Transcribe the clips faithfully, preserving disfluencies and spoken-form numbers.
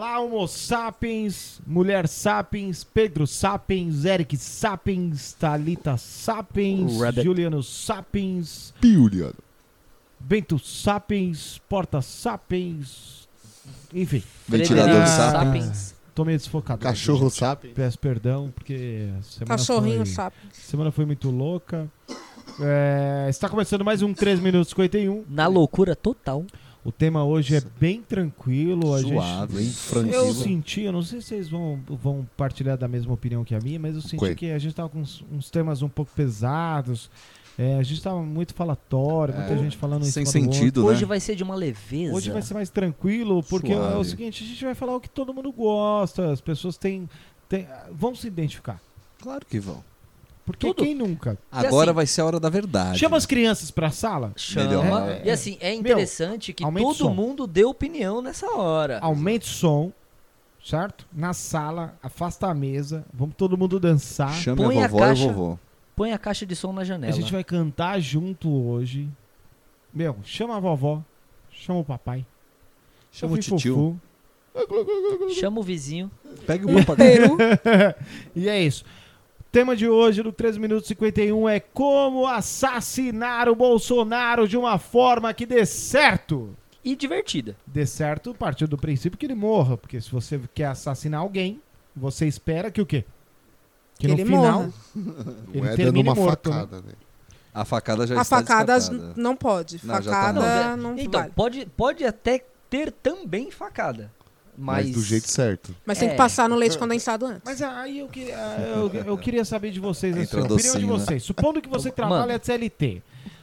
Olá, Homo Sapiens, Mulher Sapiens, Pedro Sapiens, Eric Sapiens, Thalita Sapiens, Rabbit. Juliano Sapiens, Juliano. Bento Sapiens, Porta Sapiens, enfim. Ventilador Ah, sapiens. Tô meio desfocado. Cachorro gente. sapiens. Peço perdão, porque a semana Cachorrinho foi, sapiens. semana foi muito louca. É, está começando mais um três minutos e cinquenta e um. Na loucura total. O tema hoje é bem tranquilo. A Suave, gente, bem tranquilo. Eu senti, eu não sei se vocês vão, vão partilhar da mesma opinião que a minha, mas eu senti Coi. que a gente tava com uns, uns temas um pouco pesados. É, a gente tava muito falatório, muita É, gente falando em sem cima do sentido, outro. né? Hoje vai ser de uma leveza. Hoje vai ser mais tranquilo, porque é o Suave. seguinte, a gente vai falar o que todo mundo gosta, as pessoas têm, têm vão se identificar. Claro que vão. Porque Tudo. quem nunca? Agora assim- vai ser a hora da verdade. Chama as crianças pra sala, Chama. Melhor. É, E assim, é interessante que aumenta o todo som. mundo dê opinião nessa hora. aumente o som, certo? Na sala, afasta a mesa, vamos todo mundo dançar. Chame Põe a a vovó caixa- e o vovô. Põe a caixa de som na A janela. gente vai cantar junto hoje. Meu, chama a vovó, chama o papai, Chama o Fufu. titio. Chama o vizinho. Pega o papagaio. E é isso. O tema de hoje, do três minutos e cinquenta e um, é como assassinar o Bolsonaro de uma forma que dê certo. E divertida. Dê certo a partir do princípio que ele morra. Porque se você quer assassinar alguém, você espera que o quê? Que, Que no ele final morra. ele Não é dando termine uma morto. né? facada, né? A facada já A está facada descartada. não pode. Não, já tá Facada bom. não, Então, vale. pode, pode até ter também facada. Mas, Mas do jeito certo. Mas tem É. que passar no leite condensado antes. Mas aí eu, que- ah, eu, eu queria saber de vocês, assim, Entra a opinião de docinho, né? vocês. Supondo que você trabalha Mano. C L T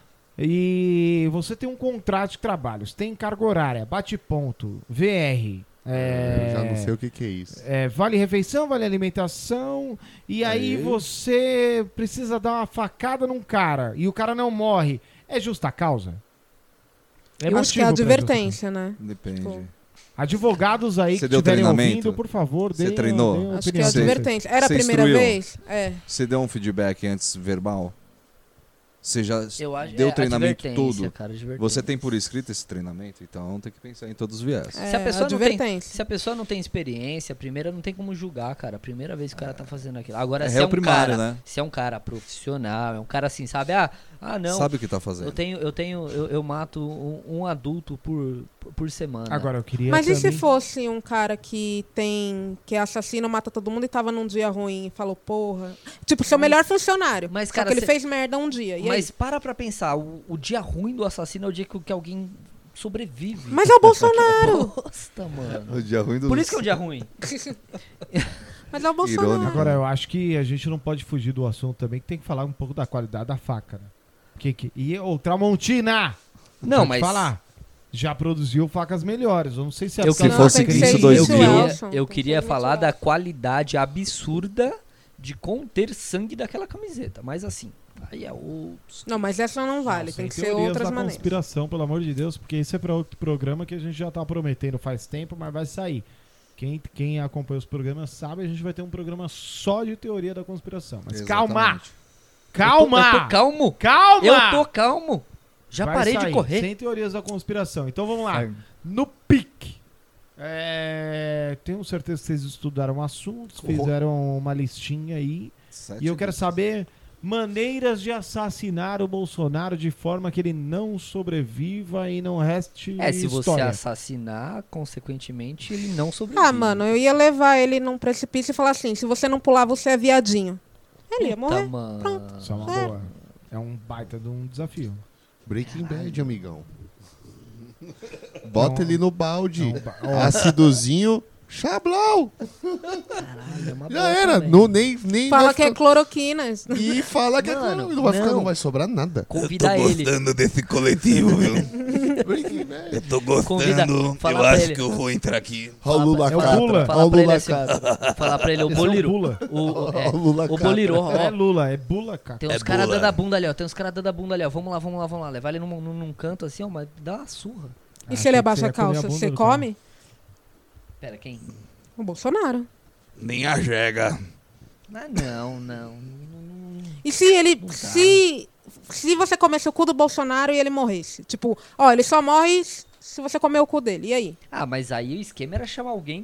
e você tem um contrato de trabalho, você tem carga horária, bate-ponto, V R, é, Eu já não sei o que, que é isso. é, vale refeição, vale alimentação, e aí Aí. você precisa dar uma facada num cara e o cara não morre. É justa causa? É Eu acho que é motivo pra advertência, né? Depende. Tipo, Advogados aí Você que deu estiverem treinamento? ouvindo, por favor, Você deem, treinou? deem uma Acho que é opinião. Você- advertência. Era a você primeira instruiu? vez? É. Você deu um feedback antes verbal? Você já eu acho deu é o treinamento advertência, todo? cara, advertência. Você tem por escrito esse treinamento? Então tem que pensar em todos os viés. É, Se a pessoa não tem- advertência. Se a pessoa não tem experiência, a primeira não tem como julgar, cara. A primeira vez que o cara tá fazendo aquilo. Agora, É se réu é um primário, cara, né? se é um cara profissional, é um cara assim, sabe? Ah, ah não. Sabe o que tá fazendo. Eu tenho, eu tenho, eu, eu mato um, um adulto por, por semana. Agora eu queria Mas e se também- fosse um cara que tem. que é assassino, mata todo mundo e tava num dia ruim e falou, porra. Tipo, seu melhor funcionário. mas, Só cara, que ele cê- fez merda um dia. E Mas aí? para pra pensar, o, o dia ruim do assassino é o dia que, que alguém sobrevive. Mas é o Bolsonaro! Bosta, mano. O dia ruim do Por isso que é um dia ruim. Mas é o Bolsonaro. Irônico. Agora, eu acho que a gente não pode fugir do assunto também, que tem que falar um pouco da qualidade da faca, né? Que, que, e o Tramontina! Não, deixa eu te mas- falar, já produziu facas melhores. Eu não sei se é Eu porque que ela fosse tá tem que Cristo ser dois Eu isso, mil. queria, Elson. eu Tem que queria ser falar isso, da Elson. qualidade absurda de conter sangue daquela camiseta. Mas assim, aí é outros. Não, mas essa não vale. Não, tem sem que ser teorias outras da maneiras. conspiração, pelo amor de Deus, porque esse é para outro programa que a gente já tá prometendo faz tempo, mas vai sair. Quem, quem acompanha os programas sabe, a gente vai ter um programa só de teoria da conspiração. Mas calma! Exatamente. Calma! Eu tô, eu tô calmo. Calma! Eu tô calmo. Já Vai parei de sair, correr. Sem teorias da conspiração. Então vamos lá. Vai. No pique. É, tenho certeza que vocês estudaram o assunto, fizeram uma listinha aí. Sete E eu quero vezes. saber maneiras de assassinar o Bolsonaro de forma que ele não sobreviva e não reste É, se você história. assassinar, consequentemente, ele não sobrevive. Ah, mano, eu ia levar ele num precipício e falar assim: se você não pular, você é viadinho. Ele ia Puta, morrer. mano. Isso é uma É. boa. É um baita de um desafio. Breaking Bad, amigão. Bota Não. ele no balde. É um ba- Ó, Ácidozinho. Chablau! Caralho, é uma Já boa era. também. Não, nem, nem Fala vai que é ficar- cloroquina. E fala que é Mano, cloro. Não vai, ficar, não. não vai sobrar nada. Convida ele. desse coletivo, viu? Breaking Bad. Eu tô Convida- gostando. fala Eu pra acho ele. que eu vou entrar aqui. Olha o Lula É o Catra. Lula. Fala Olha o pra ele Lula assim, ó. Catra. Falar pra ele, o esse é o Boliro. Bula. O, o, é, Olha o Lula o Catra. Boliro, ó, Não é ó. Lula, é Bula, cara. Tem É uns caras Bula. dando a bunda ali, ó. Tem uns caras dando a bunda ali, ó. Vamos lá, vamos lá, vamos lá, levar ele num, num, num canto assim, ó, mas dá uma surra. E Ah, se ele achei abaixa que a você ia comer calça, bunda você do cara. come? Pera, quem? O Bolsonaro. Nem a jega. Ah, não, não. não, não. E se ele. Não dá. Se. Se você comesse o cu do Bolsonaro e ele morresse? Tipo, ó, ele só morre se você comer o cu dele. E aí? Ah, mas aí o esquema era chamar alguém com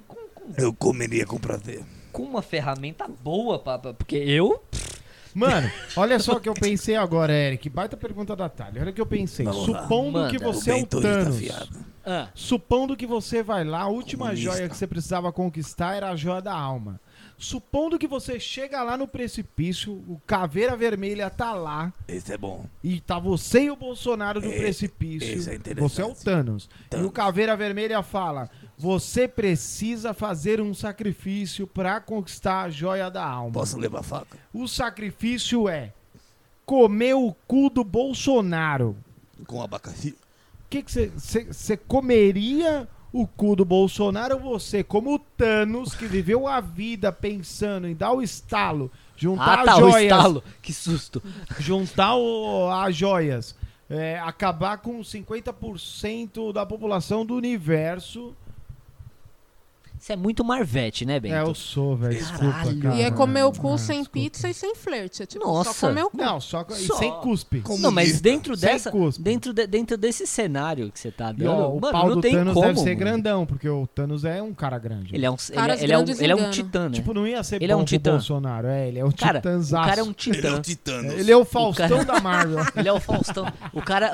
Eu comeria com prazer. com uma ferramenta boa, pra, pra- porque eu... Mano, olha só o que eu pensei agora, Eric. Baita pergunta da Thalia. Olha o que eu pensei. Vamos lá. Supondo Manda. que você O é o mentor está Thanos. afiado. Ah, Supondo que você vai lá, a última Comunista. joia que você precisava conquistar era a joia da alma. Supondo que você chega lá no precipício, o Caveira Vermelha tá lá, Esse é bom. e tá você e o Bolsonaro no É, precipício. esse é interessante. Você é o Thanos. E o Thanos. Caveira Vermelha fala: você precisa fazer um sacrifício pra conquistar a joia da alma. Posso levar faca? O sacrifício é comer o cu do Bolsonaro. Com abacaxi? O que você comeria o cu do Bolsonaro ou você, como o Thanos, que viveu a vida pensando em dar o estalo, juntar ah tá, as o joias, estalo. Que susto. juntar o- as joias, é, acabar com cinquenta por cento da população do universo. Você é muito Marvete, né, Bento? É, eu sou, velho. Desculpa, Caralho. cara. E é comer o cu Ah, sem desculpa. pizza e sem flerte. É tipo, Nossa. só comer o cu. Não, só, co- e Só. sem cuspe. Com- Não, mas comunista. dentro Sem dessa, cuspe. dentro, de- dentro desse cenário que você tá E dando, ó, o mano, pau não do tem Thanos como. deve ser mano. grandão, porque o Thanos é um cara grande. Ele é um, ele, é- Caras ele é um, grandes ele é um enganam. titã, né? Tipo, não ia ser Ele é bom um pro titã. Bolsonaro. É, ele é um Cara, o titãzaço. cara é um Ele é titã. o Titanos. Ele é o Faustão cara- da Marvel. Ele é o Faustão. O cara...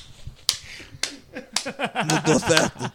Não tô certo.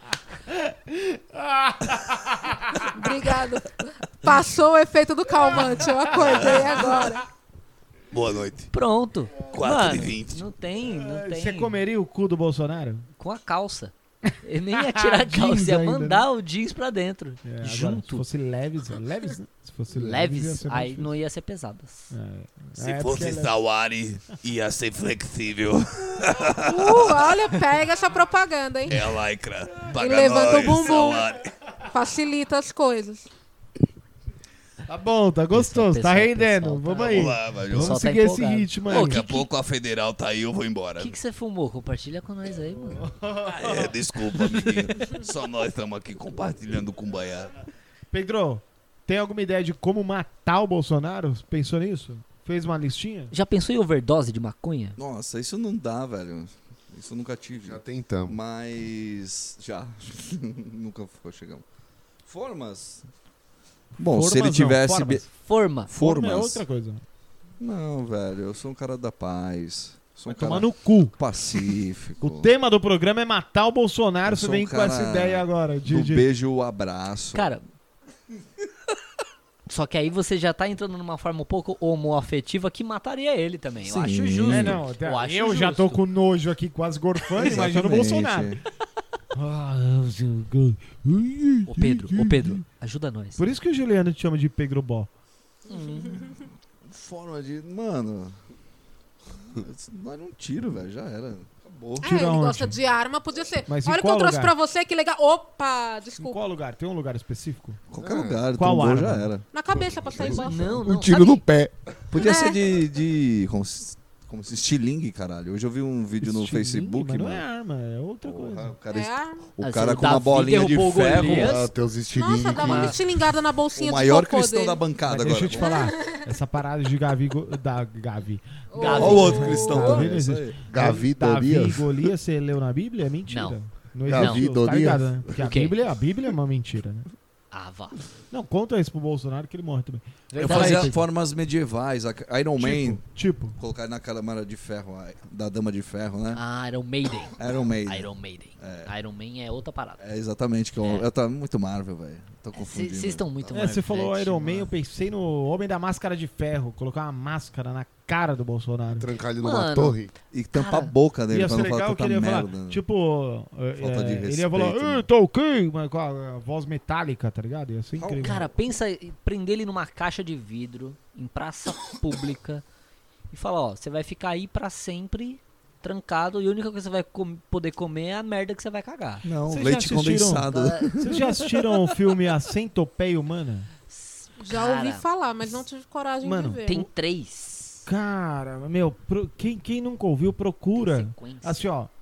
Obrigado. Passou o efeito do calmante. Eu acordei agora. Boa noite. Pronto. quatro e Mano, vinte. não tem, não tem. Você comeria o cu do Bolsonaro? Com a calça. Ele nem ia tirar a Jeans calça, ia ainda, mandar o jeans pra dentro. É, agora, junto. se fosse leves, leves, né? Se fosse leves, ia Leves, ser mais aí difícil. não ia ser pesadas. É. Se É, fosse porque ele- Sawari, ia ser flexível. Uh, olha, pega essa propaganda, hein? É a lycra. Paga levanta nós, o bumbum. Sawari. Facilita as coisas. Tá bom, tá gostoso, Pessoal, tá rendendo. pessoal, tá- Vamos aí. Vamos lá, vai, Vamos Pessoal tá seguir esse empolgado. ritmo Ô, aí. Daqui a que- pouco a federal tá aí, eu vou O embora. que, que você fumou? Compartilha com nós aí, mano. É, desculpa, amiguinho. Só nós estamos aqui compartilhando com o Baiano. Pedro, tem alguma ideia de como matar o Bolsonaro? Pensou nisso? Fez uma listinha? Já pensou em overdose de maconha? Nossa, isso não dá, velho. Isso eu nunca tive. Já tentamos. Mas. Já. Nunca ficou chegando. Formas. Bom, se Formas ele não, tivesse. formas. be- Forma. Forma é Formas. outra coisa. Não, velho, eu sou um cara da paz. Sou um Vai cara tomar no cu. pacífico. O tema do programa é matar o Bolsonaro. Eu Você sou vem um com essa cara ideia agora. De, Do de- beijo, o abraço. Cara. Só que aí você já tá entrando numa forma um pouco homoafetiva que mataria ele também. Eu Sim. acho justo. É, não, até- eu acho eu já tô justo. com nojo aqui, quase gorfando. Imagina o Bolsonaro. Ah, Ô Pedro, ô Pedro, ajuda nós. Por isso que o Juliano te chama de Pedro Bó. Forma de. Mano. Nós não tiro, velho. Já era. Acabou. É, Tira ele onde? gosta de arma, podia ser. Mas em Olha o que qual eu trouxe lugar? pra você, que legal. Opa, Em desculpa. qual lugar? Tem um lugar específico? Qualquer Ah, lugar. qual Qual arma? já era. Na cabeça pra sair bosta. Não, Um não. tiro sabe- no pé. Podia É. ser de. de como, se, como se estilingue, caralho. Hoje eu vi um vídeo no Estilingue, Facebook, mas não mano. é arma, é outra Porra, coisa. o cara, É arma. o Ah, cara se com o uma Davi bolinha de derrubou o ferro. Golias. Ah, teus estilingues. Nossa, dá uma estilingada na bolsinha O de maior cocô cristão dele. da bancada Mas deixa agora. eu te falar, essa parada de Gavi, go- da Gavi. Ô, Gavi. Olha o outro cristão Tá também. vendo? isso aí. Gavi Davi e Dorias. Golias, você leu na Bíblia? É mentira. Não. Não Gavi existe, tá Dorias? ligado, né? Porque a O quê? Bíblia, a Bíblia é uma mentira, né? Ah, vá. Não, conta isso pro Bolsonaro que ele morre também. Eu Verdade. fazia Pedro. formas medievais. a- Iron Man. Tipo, tipo, Colocar na câmara de ferro, a- da dama de ferro, né? Ah, Iron Maiden. Iron Man. Iron Maiden. Iron Man é outra parada. É exatamente, que eu, É. eu tô muito Marvel, velho. Tô confundindo. Vocês estão muito é, você falou Marvete, Iron Man, mano. eu pensei no Homem da Máscara de Ferro, colocar uma máscara na cara do Bolsonaro. Trancar ele numa Mano. torre. E tampar Cara, a boca dele Ia pra ser não falar legal que tanta ele ia merda. falar, né? tipo, Falta é, de ele ia falar, respeito, "Ah, né? tô ok, mas com a voz metálica, tá ligado? Ia ser incrível. Cara, pensa em prender ele numa caixa de vidro, em praça pública, e falar, ó, você vai ficar aí pra sempre, trancado, e a única coisa que você vai com- poder comer é a merda que você vai cagar. Não, Vocês já leite assistiram? condensado. Vocês já assistiram o filme A Centopeia Humana? Já Cara, ouvi falar, mas não tive coragem Mano, de ver. Tem três. Cara, meu, pro- quem, quem nunca ouviu, procura. Tem sequência. Assim, ó,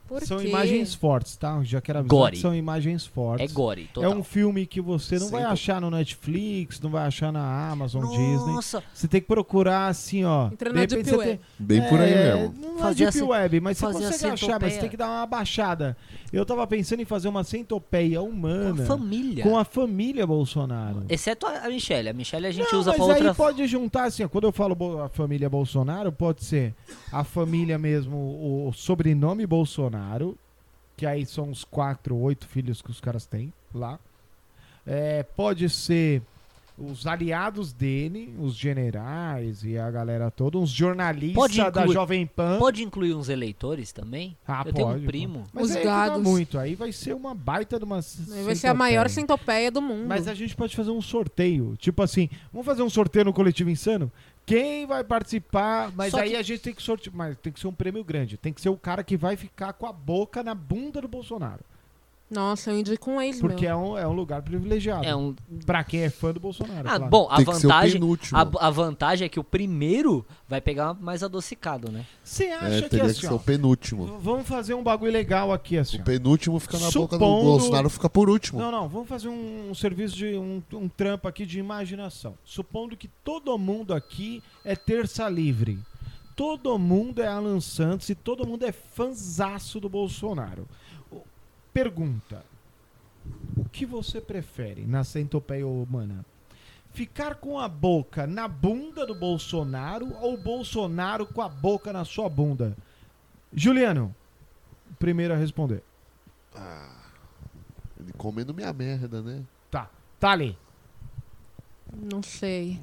Por São quê? imagens fortes, tá? Já quero avisar Gore. que são imagens É fortes. gore, É total. um filme que você não vai Sempre. achar no Netflix, não vai achar na Amazon, Disney. Nossa, Você tem que procurar assim, ó. Entra De na repente Deep você Web. tem- Bem por aí É, mesmo. Não é Fazer Deep a cen- Web, mas você fazer a consegue achar, mas centopeia. você tem que dar uma baixada. Eu tava pensando em fazer uma centopeia com humana a família. com a família Bolsonaro. Exceto a a Michelle. A Michelle a gente Não, usa mas pra aí outra... pode juntar assim, ó, quando eu falo bo- a família Bolsonaro, pode ser a família mesmo, o sobrenome Bolsonaro, que aí são os quatro, oito filhos que os caras têm lá. É, pode ser os aliados dele, os generais e a galera toda, uns jornalistas Pode da incluir- Jovem Pan. Pode incluir uns eleitores também? Ah, Eu tenho pode, um primo. Mas Os aí que dá gados. muito, aí vai ser uma baita de uma Aí vai ser a maior centopeia. centopeia do mundo. Mas a gente pode fazer um sorteio. Tipo assim, vamos fazer um sorteio no Coletivo Insano? Quem vai participar? Mas Só aí que- a gente tem que sortear. Mas tem que ser um prêmio grande. Tem que ser o cara que vai ficar com a boca na bunda do Bolsonaro. Nossa, eu indico um ex Porque meu. é um, é um lugar privilegiado. É um... Pra quem é fã do Bolsonaro. Ah, claro. bom, a Tem que ser o vantagem... penúltimo. A, a vantagem é que o primeiro vai pegar mais adocicado, né? Você acha É, que teria que assim, ser ó, o penúltimo. vamos fazer um bagulho legal aqui, assim. O ó. penúltimo fica na boca do Supondo- Bolsonaro, fica por último. Não, não, vamos fazer um, um serviço de um, um trampo aqui de imaginação. Supondo que todo mundo aqui é terça livre. Todo mundo é Alan Santos e todo mundo é fanzaço do Bolsonaro. O- Pergunta: o que você prefere na centopeia humana? Ficar com a boca na bunda do Bolsonaro ou Bolsonaro com a boca na sua bunda? Juliano, primeiro a responder. Ele comendo minha merda, né? Tá, tá ali. Não sei.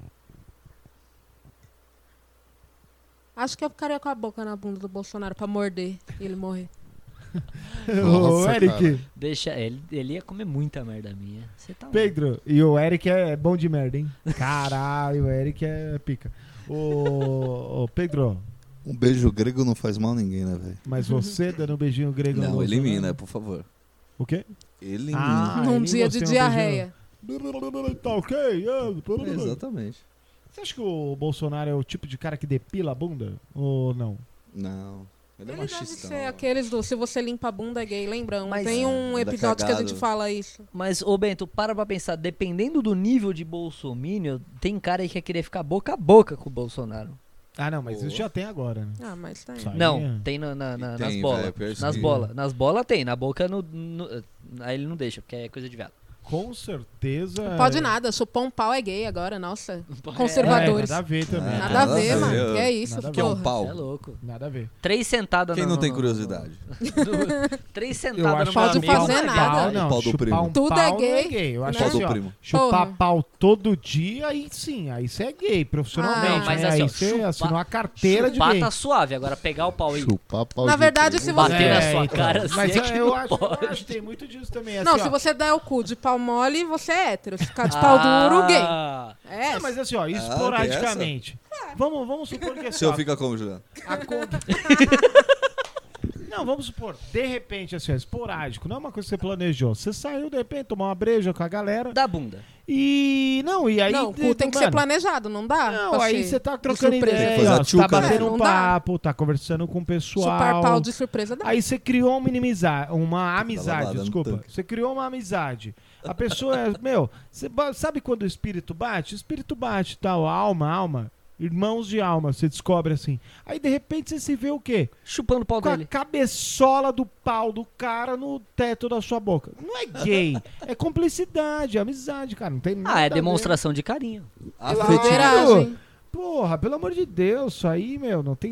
Acho que eu ficaria com a boca na bunda do Bolsonaro pra morder e ele morrer. Ô, Nossa, Eric, cara. Deixa... Ele, ele ia comer muita merda minha. Você tá louco. Pedro, e o Eric é bom de merda, hein? Caralho, o Eric é pica. Ô, ô, Pedro, Um beijo grego não faz mal a ninguém, né, velho? mas você dando um beijinho grego no Não, ele em mim, Bolsonaro? né? Por favor. O quê? Ele em Ah, Num ele dia você de um diarreia. beijinho. Tá ok? mim. é. Exatamente. Você acha que o Bolsonaro é o tipo de cara que depila a bunda? Ou não? Não. Ele é Ele deve machistão. ser aqueles do se você limpa a bunda é gay, lembra? Mas- Tem um É, episódio que a cagado. gente fala isso. Mas, ô Bento, para pra pensar. Dependendo do nível de bolsominion, tem cara aí que ia querer ficar boca a boca com o Bolsonaro. Ah, não, mas Pô. isso já tem agora, né? Ah, mas tá aí. Sai. Não, é. tem na, na- na- E tem, nas velho, bolas. pior isso Nas que- bolas. Nas bolas tem, na boca no, no- aí ele não deixa, porque é coisa de viado. Com certeza. Não pode nada, chupar um pau é gay agora, nossa. É, Conservadores. nada a ver também. É, Nada a nada ver, a mano. ver. Que é isso, Nada a Que é um porra. pau. É louco. Nada a ver. Três sentadas Quem no- não tem no- curiosidade? no- Três Eu sentadas acho no Pode que amigo. fazer chupar nada. Pau, não, Pau do chupar primo. um Tudo pau é não gay, Eu acho né? Pau do assim, ó, primo. chupar Porra. pau todo dia, aí sim, aí você é gay, profissionalmente. Ah, Não, mas né? assim, ó, aí você chupar- assinou a carteira de Chupar gay. tá suave, agora pegar o pau e Chupar pau Na de verdade, primo. se você- bater na sua cara, Mas assim, eu, é que eu não acho, eu pode. acho que tem muito disso também. Não, assim, se ó. você der o cu de pau mole, você é hétero. Se ficar de pau duro, gay. Ah, É. Não, mas assim, ó, esporadicamente. Vamos, vamos supor que O assim, senhor ó, fica como, Juliano? a conta... Não, vamos supor, de repente, assim, ó, esporádico, não é uma coisa que você planejou. Você saiu, de repente, tomar uma breja com a galera da bunda. e... Não, e aí... Não, o de- cu tem que ser mano, planejado, não dá? Não, pra aí ser você tá de trocando surpresa. ideia, Fazer a ó, você tá tchuca, né? batendo É, um não dá. papo, tá conversando com o pessoal. Chupar pau de surpresa dá. Aí você criou uma inimizade, uma amizade, lavada no desculpa. tanque. Você criou uma amizade. A pessoa é, meu, você ba- sabe quando o espírito bate? O espírito bate, tal, alma, alma, irmãos de alma, você descobre assim. Aí de repente você se vê o quê? Chupando o pau Com a dele. cabeçola do pau do cara no teto da sua boca. Não é gay, é cumplicidade, é amizade, cara, não tem nada Ah, é a ver. demonstração de carinho. Afetividade. Madeiragem. Porra, pelo amor de Deus, isso aí, meu, não tem